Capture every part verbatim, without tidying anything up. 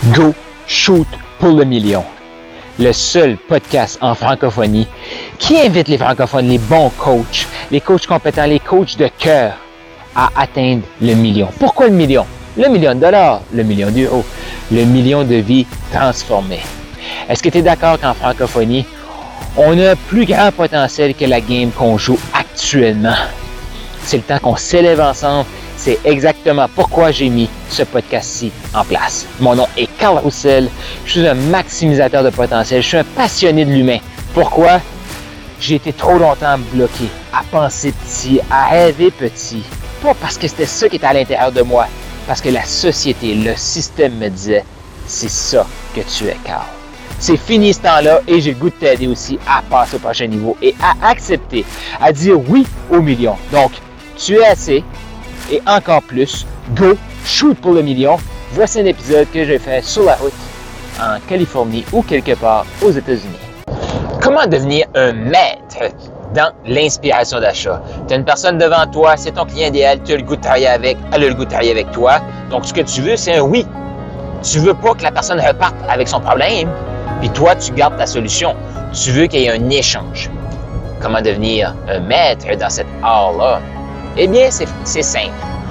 Go Shoot pour le million, le seul podcast en francophonie qui invite les francophones, les bons coachs, les coachs compétents, les coachs de cœur à atteindre le million. Pourquoi le million? Le million de dollars, le million d'euros, le million de vies transformées. Est-ce que tu es d'accord qu'en francophonie, on a un plus grand potentiel que la game qu'on joue actuellement? C'est le temps qu'on s'élève ensemble. C'est exactement pourquoi j'ai mis ce podcast-ci en place. Mon nom est Carl Roussel. Je suis un maximisateur de potentiel. Je suis un passionné de l'humain. Pourquoi? J'ai été trop longtemps bloqué à penser petit, à rêver petit. Pas parce que c'était ça qui était à l'intérieur de moi, parce que la société, le système me disait « c'est ça que tu es, Carl ». C'est fini ce temps-là et j'ai le goût de t'aider aussi à passer au prochain niveau et à accepter, à dire oui au million. Donc, tu es assez et encore plus, go, shoot pour le million. Voici un épisode que j'ai fait sur la route en Californie ou quelque part aux États-Unis. Comment devenir un maître dans l'inspiration d'achat? Tu as une personne devant toi, c'est ton client idéal, tu as le goût de travailler avec, elle a le goût de travailler avec toi. Donc, ce que tu veux, c'est un oui. Tu veux pas que la personne reparte avec son problème, puis toi, tu gardes ta solution. Tu veux qu'il y ait un échange. Comment devenir un maître dans cette art-là? Eh bien, c'est, c'est simple.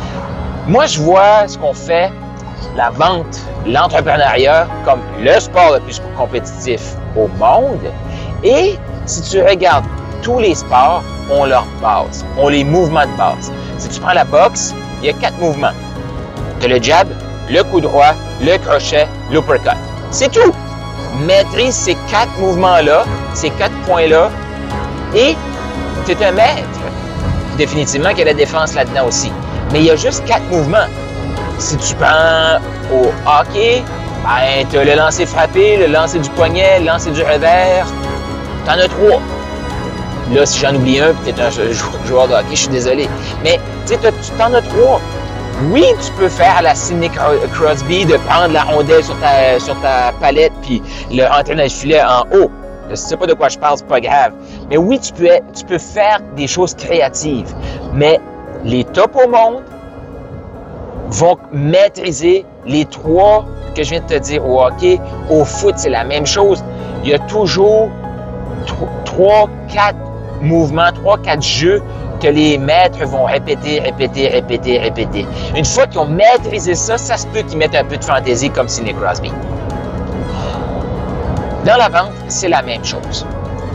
Moi, je vois ce qu'on fait, la vente, l'entrepreneuriat, comme le sport le plus compétitif au monde. Et si tu regardes tous les sports, ont leur base, ont les mouvements de base. Si tu prends la boxe, il y a quatre mouvements. Tu as le jab, le coup droit, le crochet, l'uppercut. C'est tout. Maîtrise ces quatre mouvements-là, ces quatre points-là, et tu es un maître. Définitivement qu'il y a la défense là-dedans aussi. Mais il y a juste quatre mouvements. Si tu prends au hockey, ben, tu as le lancer frappé, le lancer du poignet, le lancer du revers. Tu en as trois. Là, si j'en oublie un, tu es un joueur de hockey, je suis désolé. Mais tu en as trois. Oui, tu peux faire la Sidney Crosby de prendre la rondelle sur ta, sur ta palette puis le rentrer dans le filet en haut. Si tu ne sais pas de quoi je parle, c'est pas grave. Mais oui, tu peux, tu peux faire des choses créatives. Mais les tops au monde vont maîtriser les trois que je viens de te dire au hockey. Au foot, c'est la même chose. Il y a toujours trois, quatre mouvements, trois, quatre jeux que les maîtres vont répéter, répéter, répéter, répéter. Une fois qu'ils ont maîtrisé ça, ça se peut qu'ils mettent un peu de fantaisie comme Sidney Crosby. Dans la vente, c'est la même chose.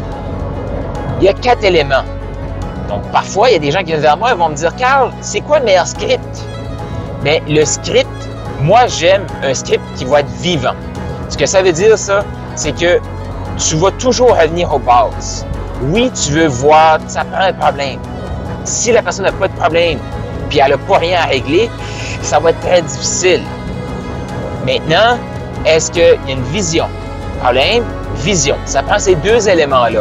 Il y a quatre éléments. Donc, parfois, il y a des gens qui viennent vers moi et vont me dire « Carl, c'est quoi le meilleur script? » Bien, le script, moi, j'aime un script qui va être vivant. Ce que ça veut dire, ça, c'est que tu vas toujours revenir aux bases. Oui, tu veux voir, ça prend un problème. Si la personne n'a pas de problème puis elle n'a pas rien à régler, ça va être très difficile. Maintenant, est-ce qu'il y a une vision? Problème, vision. Ça prend ces deux éléments-là.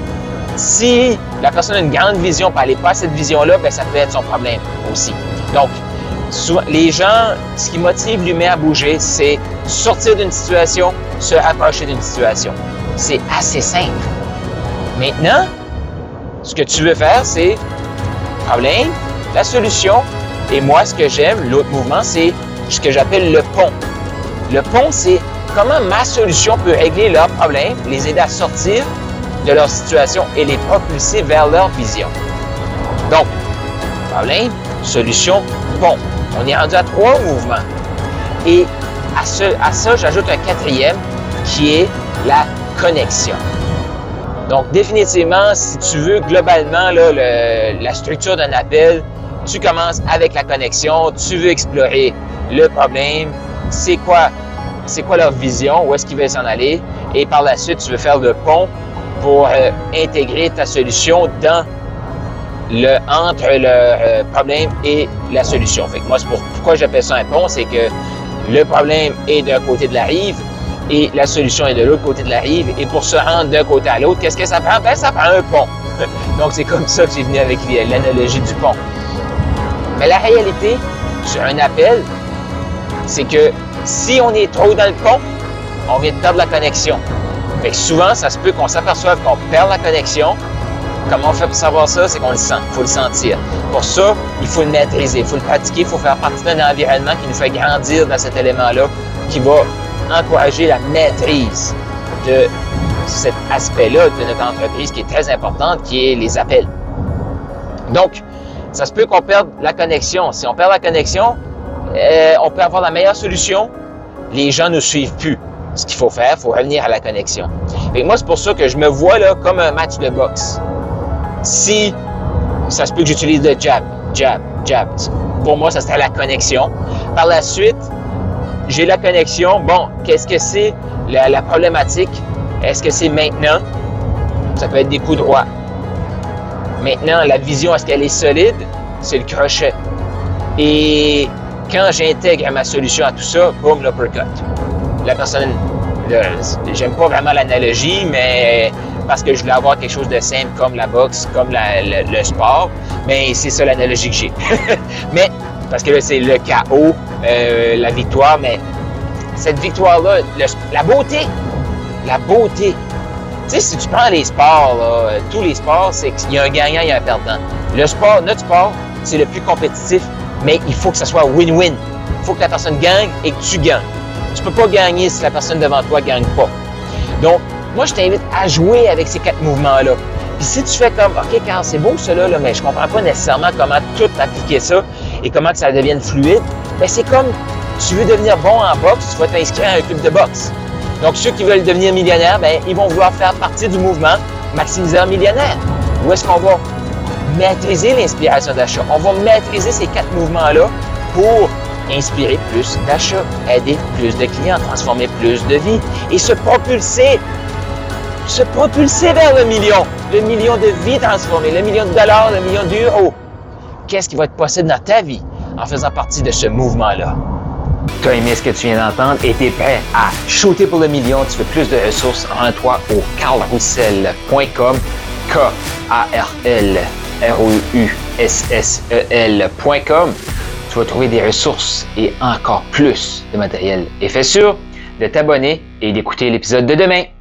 Si la personne a une grande vision et elle n'est pas à cette vision-là, bien, ça peut être son problème aussi. Donc, souvent, les gens, ce qui motive l'humain à bouger, c'est sortir d'une situation, se rapprocher d'une situation. C'est assez simple. Maintenant, ce que tu veux faire, c'est problème, la solution, et moi, ce que j'aime, l'autre mouvement, c'est ce que j'appelle le pont. Le pont, c'est comment ma solution peut régler leurs problèmes, les aider à sortir de leur situation et les propulser vers leur vision. Donc, problème, solution, pont. On est rendu à trois mouvements. Et à, ce, à ça, j'ajoute un quatrième qui est la connexion. Donc, définitivement, si tu veux globalement là, le, la structure d'un appel, tu commences avec la connexion, tu veux explorer le problème, c'est quoi, c'est quoi leur vision, où est-ce qu'ils veulent s'en aller, et par la suite, tu veux faire le pont pour euh, intégrer ta solution dans le, entre le euh, problème et la solution. Fait que moi, c'est pour, pourquoi j'appelle ça un pont, c'est que le problème est d'un côté de la rive, et la solution est de l'autre côté de la rive. Et pour se rendre d'un côté à l'autre, qu'est-ce que ça prend? Ben, ça prend un pont. Donc, c'est comme ça que j'ai venu avec l'analogie du pont. Mais la réalité, sur un appel, c'est que si on est trop dans le pont, on vient de perdre la connexion. Fait que souvent, ça se peut qu'on s'aperçoive qu'on perd la connexion. Comment on fait pour savoir ça? C'est qu'on le sent. Il faut le sentir. Pour ça, il faut le maîtriser, il faut le pratiquer, il faut faire partie d'un environnement qui nous fait grandir dans cet élément-là, qui va encourager la maîtrise de cet aspect-là de notre entreprise qui est très importante, qui est les appels. Donc, ça se peut qu'on perde la connexion. Si on perd la connexion, euh, on peut avoir la meilleure solution. Les gens ne suivent plus. Ce qu'il faut faire, il faut revenir à la connexion. Et moi, c'est pour ça que je me vois là comme un match de boxe. Si ça se peut que j'utilise le jab, jab, jab. Pour moi, ça serait la connexion. Par la suite, j'ai la connexion. Bon, qu'est-ce que c'est la, la problématique? Est-ce que c'est maintenant? Ça peut être des coups droits. Maintenant, la vision, est-ce qu'elle est solide? C'est le crochet. Et quand j'intègre ma solution à tout ça, boum, l'uppercut. La personne, le, j'aime pas vraiment l'analogie, mais parce que je voulais avoir quelque chose de simple comme la boxe, comme la, le, le sport, mais c'est ça l'analogie que j'ai. Mais, parce que là, c'est le K O, euh, la victoire, mais cette victoire-là, le, la beauté, la beauté. Tu sais, si tu prends les sports, là, tous les sports, c'est qu'il y a un gagnant, il y a un perdant. Le sport, notre sport, c'est le plus compétitif, mais il faut que ça soit win-win. Il faut que la personne gagne et que tu gagnes. Tu peux pas gagner si la personne devant toi gagne pas. Donc, moi, je t'invite à jouer avec ces quatre mouvements-là. Puis si tu fais comme, OK, Carl, c'est beau cela, là, mais je comprends pas nécessairement comment tout appliquer ça et comment que ça devienne fluide, bien, c'est comme, tu veux devenir bon en boxe, tu vas t'inscrire à un club de boxe. Donc, ceux qui veulent devenir millionnaires, bien, ils vont vouloir faire partie du mouvement Maximiseur millionnaire. Où est-ce qu'on va maîtriser l'inspiration d'achat? On va maîtriser ces quatre mouvements-là pour inspirer plus d'achats, aider plus de clients, transformer plus de vies et se propulser, se propulser vers le million, le million de vies transformées, le million de dollars, le million d'euros. Qu'est-ce qui va être possible dans ta vie en faisant partie de ce mouvement-là? Tu as aimé ce que tu viens d'entendre et tu es prêt à shooter pour le million. Tu veux plus de ressources, rends-toi au carl roussel point com, K A R L R O U S S E L point com. Tu vas trouver des ressources et encore plus de matériel. Et fais sûr de t'abonner et d'écouter l'épisode de demain.